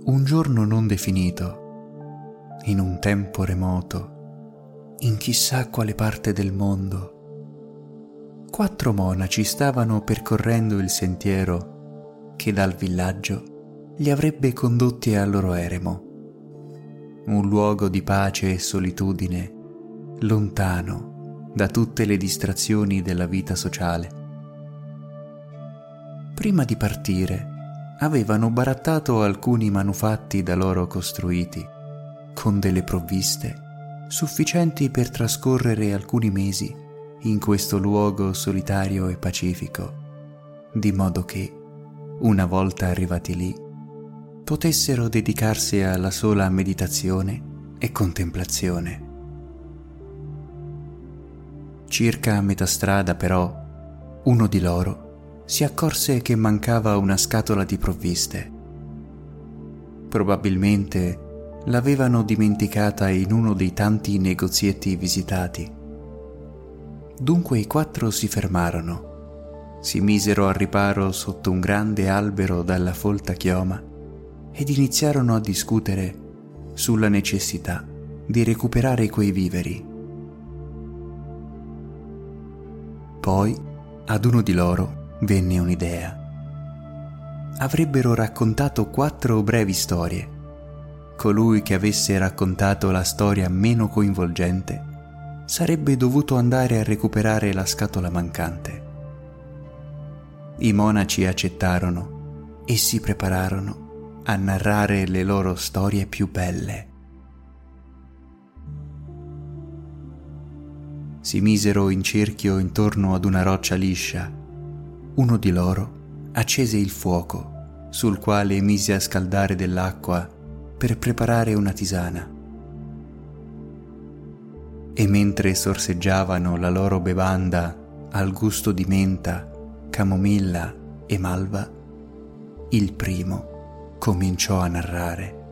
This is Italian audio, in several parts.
un giorno non definito, in un tempo remoto, in chissà quale parte del mondo, 4 monaci stavano percorrendo il sentiero che dal villaggio li avrebbe condotti al loro eremo, un luogo di pace e solitudine, lontano da tutte le distrazioni della vita sociale. Prima di partire, avevano barattato alcuni manufatti da loro costruiti, con delle provviste sufficienti per trascorrere alcuni mesi in questo luogo solitario e pacifico, di modo che, una volta arrivati lì, potessero dedicarsi alla sola meditazione e contemplazione. Circa a metà strada, però, uno di loro si accorse che mancava una scatola di provviste. Probabilmente l'avevano dimenticata in uno dei tanti negozietti visitati. Dunque i 4 si fermarono, si misero al riparo sotto un grande albero dalla folta chioma ed iniziarono a discutere sulla necessità di recuperare quei viveri. Poi, ad uno di loro venne un'idea. Avrebbero raccontato 4 brevi storie. Colui che avesse raccontato la storia meno coinvolgente sarebbe dovuto andare a recuperare la scatola mancante. I monaci accettarono e si prepararono a narrare le loro storie più belle. Si misero in cerchio intorno ad una roccia liscia. Uno di loro accese il fuoco, sul quale mise a scaldare dell'acqua per preparare una tisana. E mentre sorseggiavano la loro bevanda al gusto di menta, camomilla e malva, il primo cominciò a narrare.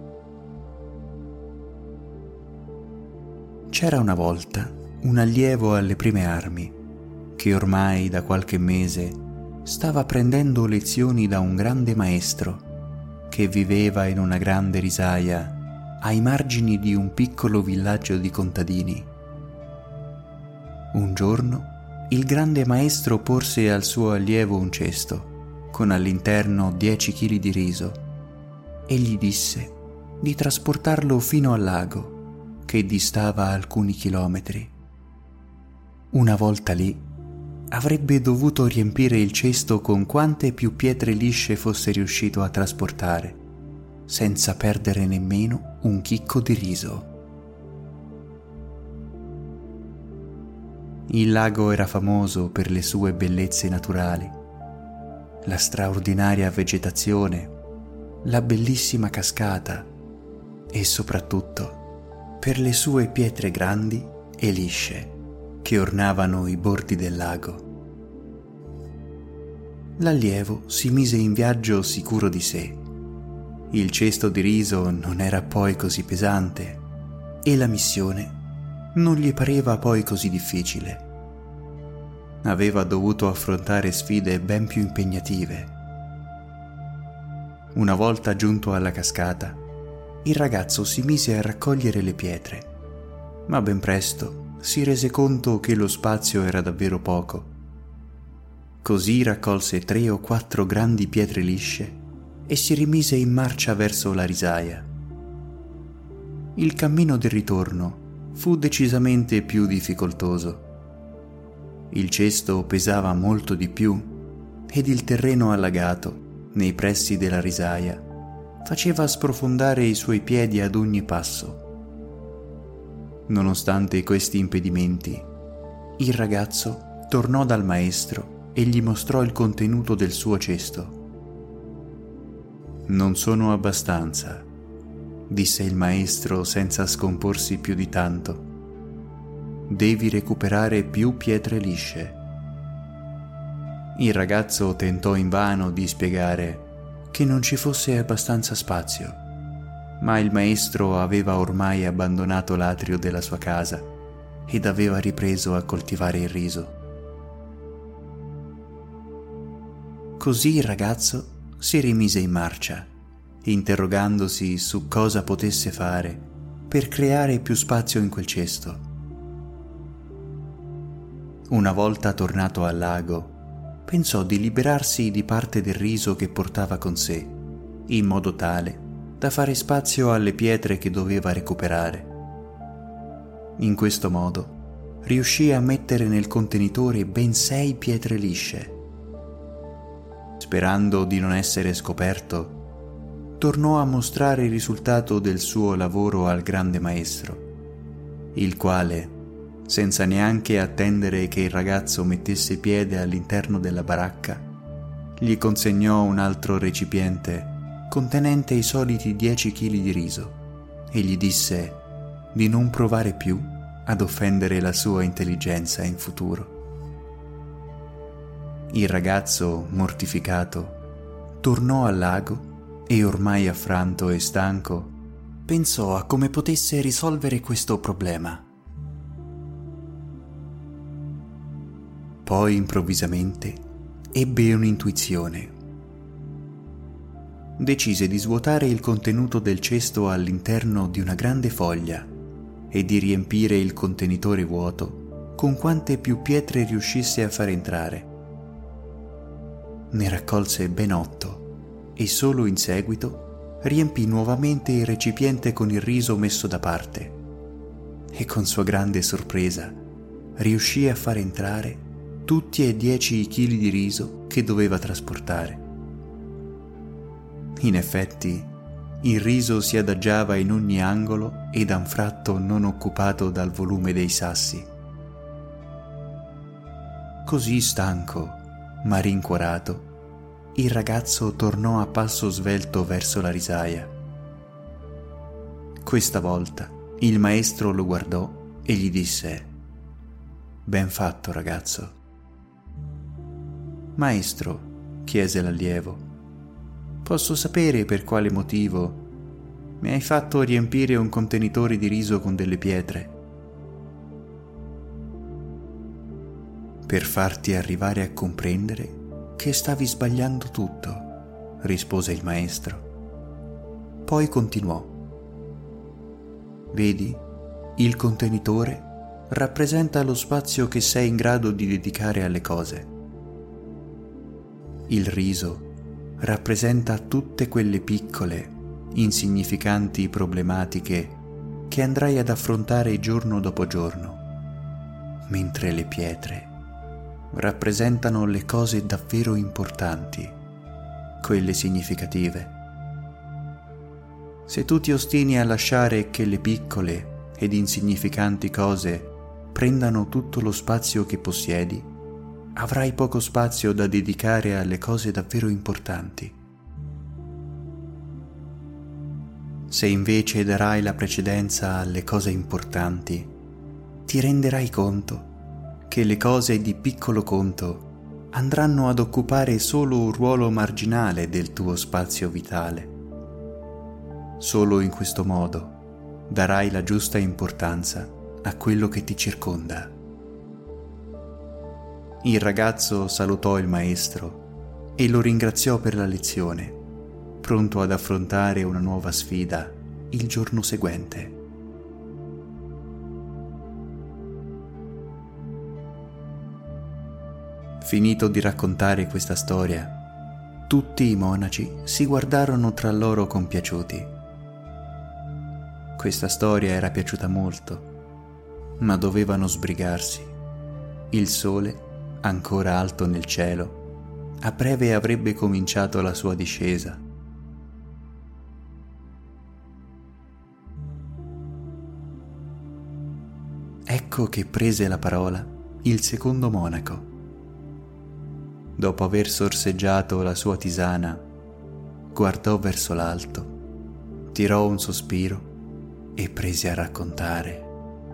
C'era una volta un allievo alle prime armi che ormai da qualche mese stava prendendo lezioni da un grande maestro che viveva in una grande risaia ai margini di un piccolo villaggio di contadini. Un giorno il grande maestro porse al suo allievo un cesto con all'interno 10 chili di riso e gli disse di trasportarlo fino al lago che distava alcuni chilometri. Una volta lì avrebbe dovuto riempire il cesto con quante più pietre lisce fosse riuscito a trasportare, senza perdere nemmeno un chicco di riso. Il lago era famoso per le sue bellezze naturali, la straordinaria vegetazione, la bellissima cascata e soprattutto per le sue pietre grandi e lisce che ornavano i bordi del lago. L'allievo si mise in viaggio sicuro di sé. Il cesto di riso non era poi così pesante e la missione non gli pareva poi così difficile. Aveva dovuto affrontare sfide ben più impegnative. Una volta giunto alla cascata, il ragazzo si mise a raccogliere le pietre, ma ben presto si rese conto che lo spazio era davvero poco. Così raccolse 3 o 4 grandi pietre lisce e si rimise in marcia verso la risaia. Il cammino del ritorno fu decisamente più difficoltoso. Il cesto pesava molto di più ed il terreno allagato, nei pressi della risaia, faceva sprofondare i suoi piedi ad ogni passo. Nonostante questi impedimenti, il ragazzo tornò dal maestro e gli mostrò il contenuto del suo cesto. «Non sono abbastanza», disse il maestro senza scomporsi più di tanto. «Devi recuperare più pietre lisce». Il ragazzo tentò invano di spiegare che non ci fosse abbastanza spazio, ma il maestro aveva ormai abbandonato l'atrio della sua casa ed aveva ripreso a coltivare il riso. Così il ragazzo si rimise in marcia interrogandosi su cosa potesse fare per creare più spazio in quel cesto. Una volta tornato al lago, pensò di liberarsi di parte del riso che portava con sé, in modo tale da fare spazio alle pietre che doveva recuperare. In questo modo riuscì a mettere nel contenitore ben 6 pietre lisce. Sperando di non essere scoperto, tornò a mostrare il risultato del suo lavoro al grande maestro, il quale, senza neanche attendere che il ragazzo mettesse piede all'interno della baracca, gli consegnò un altro recipiente contenente i soliti 10 kg di riso e gli disse di non provare più ad offendere la sua intelligenza in futuro. Il ragazzo, mortificato, tornò al lago e, ormai affranto e stanco, pensò a come potesse risolvere questo problema. Poi improvvisamente ebbe un'intuizione. Decise di svuotare il contenuto del cesto all'interno di una grande foglia e di riempire il contenitore vuoto con quante più pietre riuscisse a far entrare. Ne raccolse ben 8 e solo in seguito riempì nuovamente il recipiente con il riso messo da parte e, con sua grande sorpresa, riuscì a far entrare tutti e 10 i chili di riso che doveva trasportare. In effetti, il riso si adagiava in ogni angolo ed anfratto non occupato dal volume dei sassi. Così stanco, ma rincuorato, il ragazzo tornò a passo svelto verso la risaia. Questa volta il maestro lo guardò e gli disse: «Ben fatto, ragazzo». «Maestro», chiese l'allievo, «posso sapere per quale motivo mi hai fatto riempire un contenitore di riso con delle pietre?» «Per farti arrivare a comprendere che stavi sbagliando tutto», rispose il maestro. Poi continuò: «Vedi, il contenitore rappresenta lo spazio che sei in grado di dedicare alle cose. Il riso rappresenta tutte quelle piccole, insignificanti problematiche che andrai ad affrontare giorno dopo giorno, mentre le pietre rappresentano le cose davvero importanti, quelle significative. Se tu ti ostini a lasciare che le piccole ed insignificanti cose prendano tutto lo spazio che possiedi, avrai poco spazio da dedicare alle cose davvero importanti. Se invece darai la precedenza alle cose importanti, ti renderai conto che le cose di piccolo conto andranno ad occupare solo un ruolo marginale del tuo spazio vitale. Solo in questo modo darai la giusta importanza a quello che ti circonda». Il ragazzo salutò il maestro e lo ringraziò per la lezione, pronto ad affrontare una nuova sfida il giorno seguente. Finito di raccontare questa storia, tutti i monaci si guardarono tra loro compiaciuti. Questa storia era piaciuta molto, ma dovevano sbrigarsi. Il sole, ancora alto nel cielo, a breve avrebbe cominciato la sua discesa. Ecco che prese la parola il secondo monaco. Dopo aver sorseggiato la sua tisana, guardò verso l'alto, tirò un sospiro e prese a raccontare.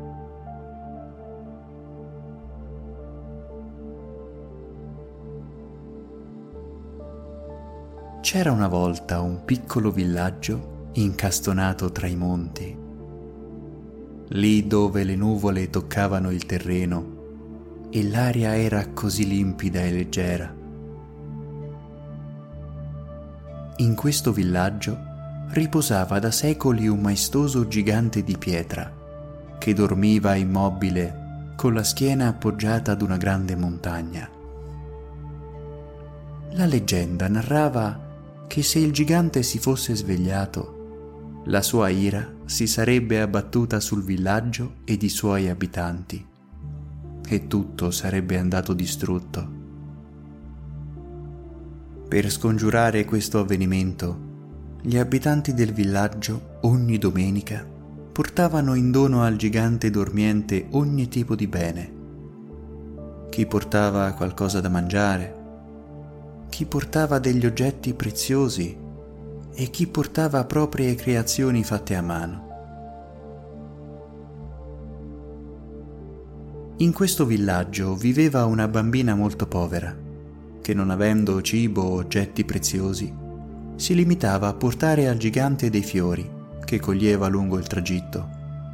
C'era una volta un piccolo villaggio incastonato tra i monti. Lì dove le nuvole toccavano il terreno e l'aria era così limpida e leggera. In questo villaggio riposava da secoli un maestoso gigante di pietra che dormiva immobile con la schiena appoggiata ad una grande montagna. La leggenda narrava che se il gigante si fosse svegliato, la sua ira si sarebbe abbattuta sul villaggio ed i suoi abitanti e tutto sarebbe andato distrutto. Per scongiurare questo avvenimento, gli abitanti del villaggio ogni domenica portavano in dono al gigante dormiente ogni tipo di bene. Chi portava qualcosa da mangiare, chi portava degli oggetti preziosi e chi portava proprie creazioni fatte a mano. In questo villaggio viveva una bambina molto povera, che non avendo cibo o oggetti preziosi, si limitava a portare al gigante dei fiori che coglieva lungo il tragitto.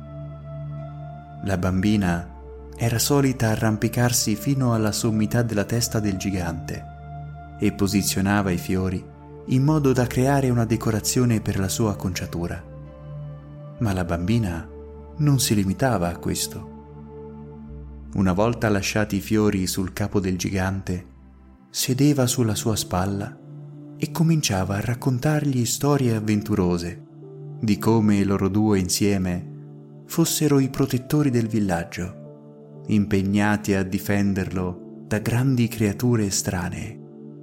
La bambina era solita arrampicarsi fino alla sommità della testa del gigante e posizionava i fiori in modo da creare una decorazione per la sua acconciatura. Ma la bambina non si limitava a questo. Una volta lasciati i fiori sul capo del gigante, sedeva sulla sua spalla e cominciava a raccontargli storie avventurose di come loro due insieme fossero i protettori del villaggio, impegnati a difenderlo da grandi creature estranee.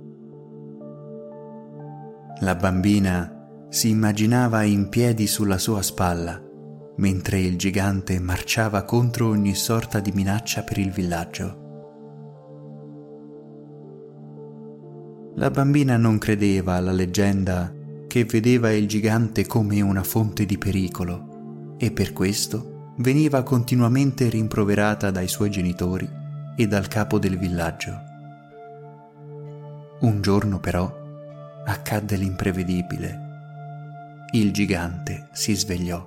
La bambina si immaginava in piedi sulla sua spalla, mentre il gigante marciava contro ogni sorta di minaccia per il villaggio. La bambina non credeva alla leggenda che vedeva il gigante come una fonte di pericolo e per questo veniva continuamente rimproverata dai suoi genitori e dal capo del villaggio. Un giorno però accadde l'imprevedibile. Il gigante si svegliò.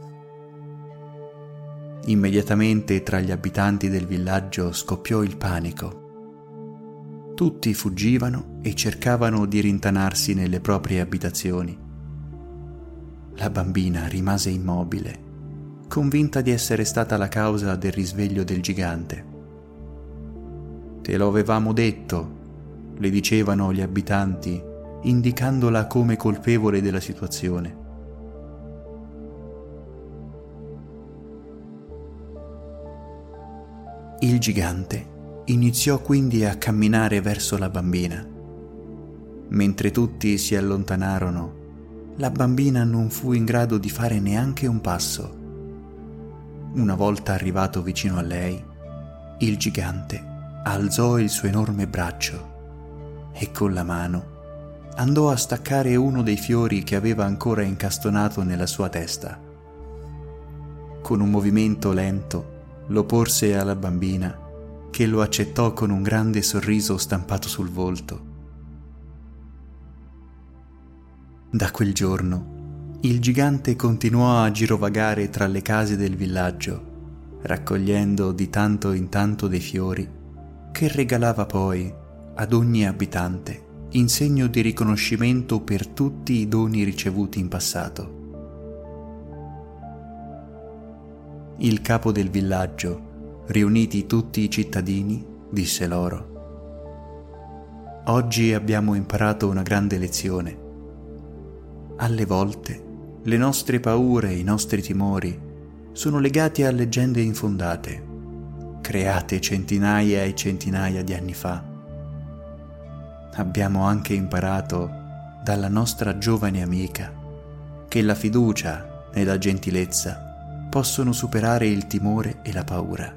Immediatamente tra gli abitanti del villaggio scoppiò il panico. Tutti fuggivano e cercavano di rintanarsi nelle proprie abitazioni. La bambina rimase immobile, convinta di essere stata la causa del risveglio del gigante. «Te lo avevamo detto», le dicevano gli abitanti, indicandola come colpevole della situazione. Il gigante iniziò quindi a camminare verso la bambina. Mentre tutti si allontanarono, la bambina non fu in grado di fare neanche un passo. Una volta arrivato vicino a lei, il gigante alzò il suo enorme braccio e con la mano andò a staccare uno dei fiori che aveva ancora incastonato nella sua testa. Con un movimento lento lo porse alla bambina, che lo accettò con un grande sorriso stampato sul volto. Da quel giorno il gigante continuò a girovagare tra le case del villaggio, raccogliendo di tanto in tanto dei fiori che regalava poi ad ogni abitante in segno di riconoscimento per tutti i doni ricevuti in passato. Il capo del villaggio, riuniti tutti i cittadini, disse loro: «Oggi abbiamo imparato una grande lezione. Alle volte le nostre paure e i nostri timori sono legati a leggende infondate, create centinaia e centinaia di anni fa. Abbiamo anche imparato dalla nostra giovane amica che la fiducia e la gentilezza possono superare il timore e la paura».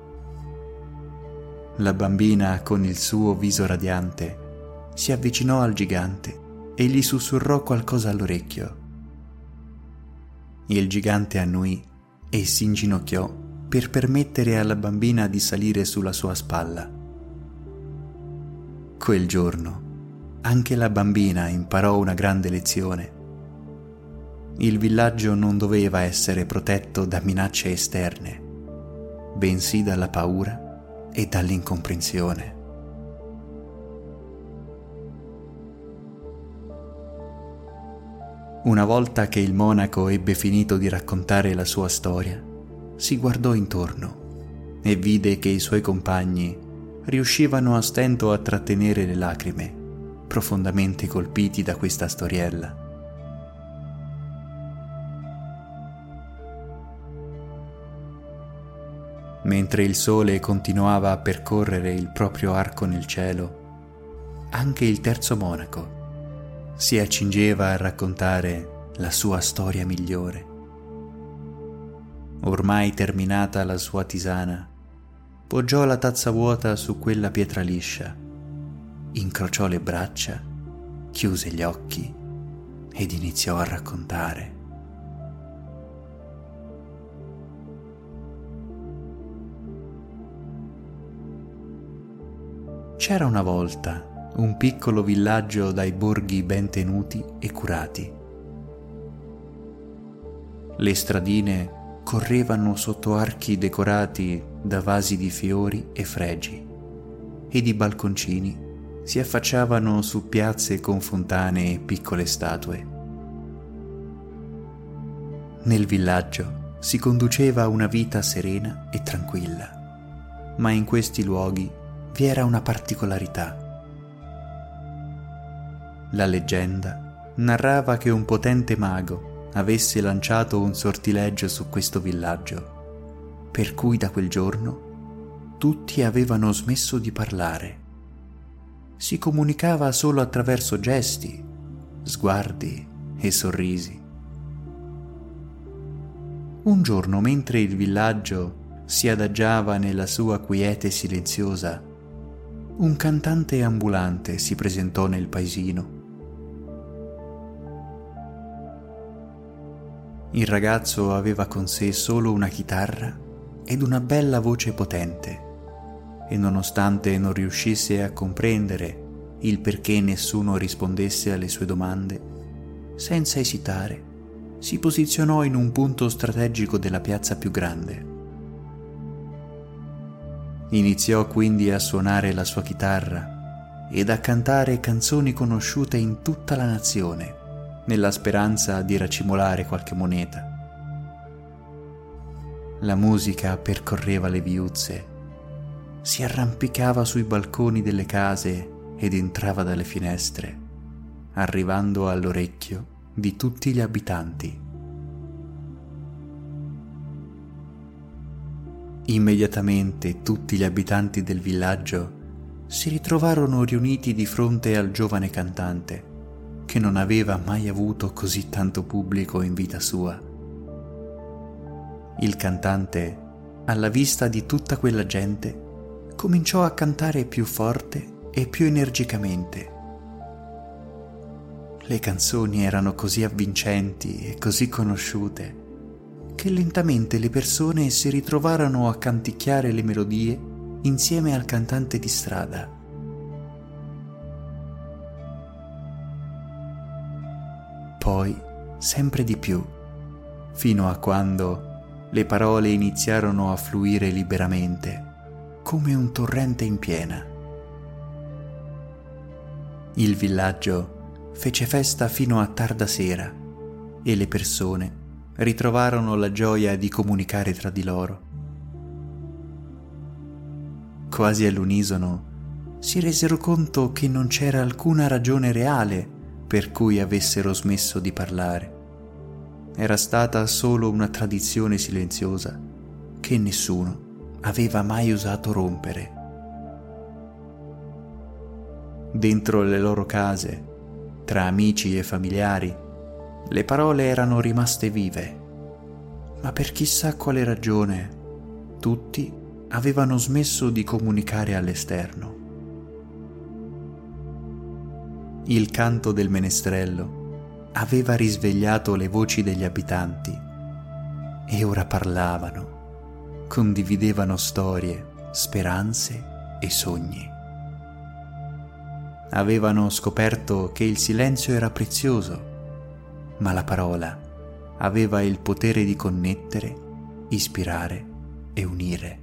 La bambina, con il suo viso radiante, si avvicinò al gigante e gli sussurrò qualcosa all'orecchio. Il gigante annuì e si inginocchiò per permettere alla bambina di salire sulla sua spalla. Quel giorno anche la bambina imparò una grande lezione. Il villaggio non doveva essere protetto da minacce esterne, bensì dalla paura e dall'incomprensione. Una volta che il monaco ebbe finito di raccontare la sua storia, si guardò intorno e vide che i suoi compagni riuscivano a stento a trattenere le lacrime, profondamente colpiti da questa storiella. Mentre il sole continuava a percorrere il proprio arco nel cielo, anche il terzo monaco si accingeva a raccontare la sua storia migliore. Ormai terminata la sua tisana, poggiò la tazza vuota su quella pietra liscia, incrociò le braccia, chiuse gli occhi ed iniziò a raccontare. C'era una volta un piccolo villaggio dai borghi ben tenuti e curati. Le stradine correvano sotto archi decorati da vasi di fiori e fregi, ed i balconcini si affacciavano su piazze con fontane e piccole statue. Nel villaggio si conduceva una vita serena e tranquilla, ma in questi luoghi vi era una particolarità. La leggenda narrava che un potente mago avesse lanciato un sortileggio su questo villaggio, per cui da quel giorno tutti avevano smesso di parlare. Si comunicava solo attraverso gesti, sguardi e sorrisi. Un giorno, mentre il villaggio si adagiava nella sua quiete silenziosa, un cantante ambulante si presentò nel paesino. Il ragazzo aveva con sé solo una chitarra ed una bella voce potente, e nonostante non riuscisse a comprendere il perché nessuno rispondesse alle sue domande, senza esitare si posizionò in un punto strategico della piazza più grande. Iniziò quindi a suonare la sua chitarra ed a cantare canzoni conosciute in tutta la nazione, nella speranza di racimolare qualche moneta. La musica percorreva le viuzze, si arrampicava sui balconi delle case ed entrava dalle finestre, arrivando all'orecchio di tutti gli abitanti. Immediatamente tutti gli abitanti del villaggio si ritrovarono riuniti di fronte al giovane cantante, che non aveva mai avuto così tanto pubblico in vita sua. Il cantante, alla vista di tutta quella gente, cominciò a cantare più forte e più energicamente. Le canzoni erano così avvincenti e così conosciute che lentamente le persone si ritrovarono a canticchiare le melodie insieme al cantante di strada. Poi sempre di più, fino a quando le parole iniziarono a fluire liberamente, come un torrente in piena. Il villaggio fece festa fino a tarda sera e le persone ritrovarono la gioia di comunicare tra di loro. Quasi all'unisono si resero conto che non c'era alcuna ragione reale per cui avessero smesso di parlare. Era stata solo una tradizione silenziosa che nessuno aveva mai osato rompere. Dentro le loro case, tra amici e familiari, le parole erano rimaste vive, ma per chissà quale ragione tutti avevano smesso di comunicare all'esterno. Il canto del menestrello aveva risvegliato le voci degli abitanti e ora parlavano, condividevano storie, speranze e sogni. Avevano scoperto che il silenzio era prezioso, ma la parola aveva il potere di connettere, ispirare e unire.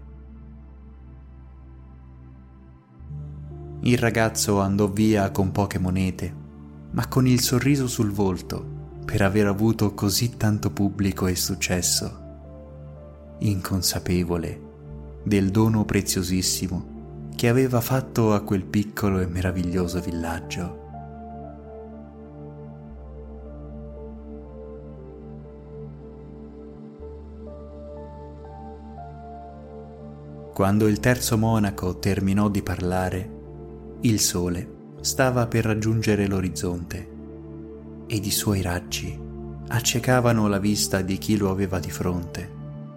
Il ragazzo andò via con poche monete, ma con il sorriso sul volto per aver avuto così tanto pubblico e successo, inconsapevole del dono preziosissimo che aveva fatto a quel piccolo e meraviglioso villaggio. Quando il terzo monaco terminò di parlare, il sole stava per raggiungere l'orizzonte ed i suoi raggi accecavano la vista di chi lo aveva di fronte.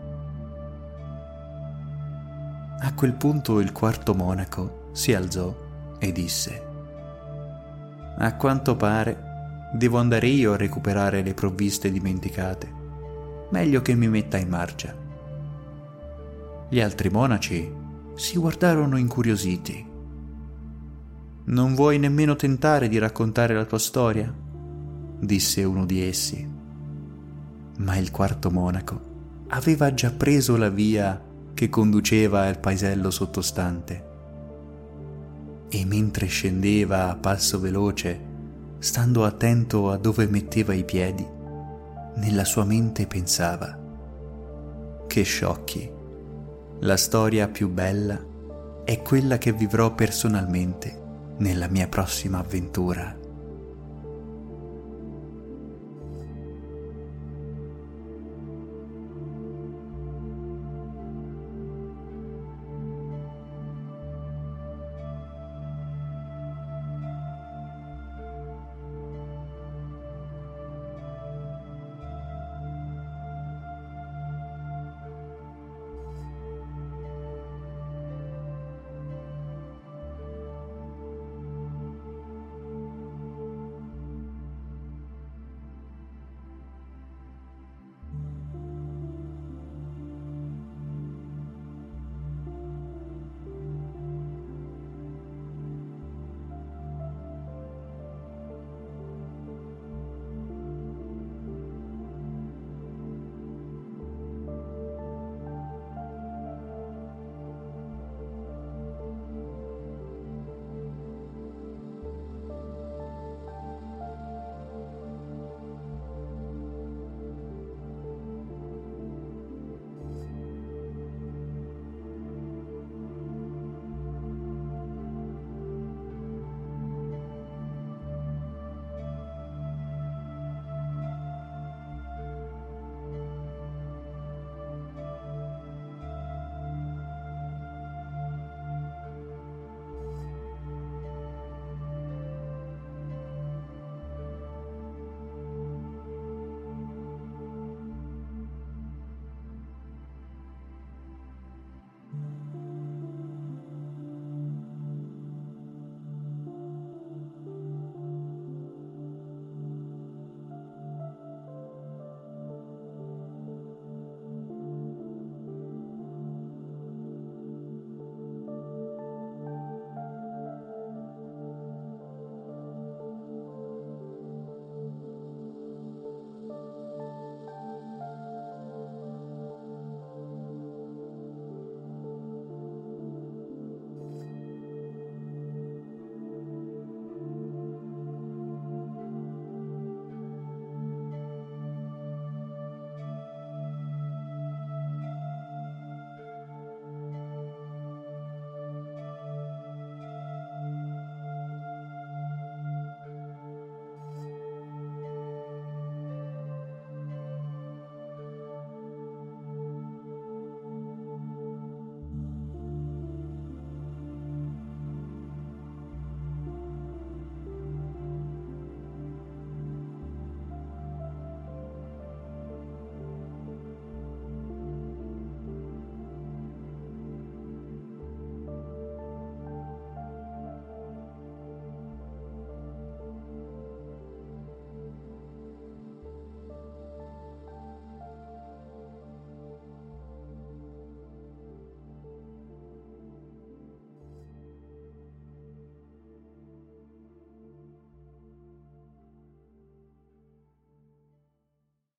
A quel punto il quarto monaco si alzò e disse: «A quanto pare devo andare io a recuperare le provviste dimenticate. Meglio che mi metta in marcia». Gli altri monaci si guardarono incuriositi. «Non vuoi nemmeno tentare di raccontare la tua storia?» disse uno di essi. Ma il quarto monaco aveva già preso la via che conduceva al paesello sottostante e mentre scendeva a passo veloce, stando attento a dove metteva i piedi, nella sua mente pensava: «Che sciocchi! La storia più bella è quella che vivrò personalmente nella mia prossima avventura».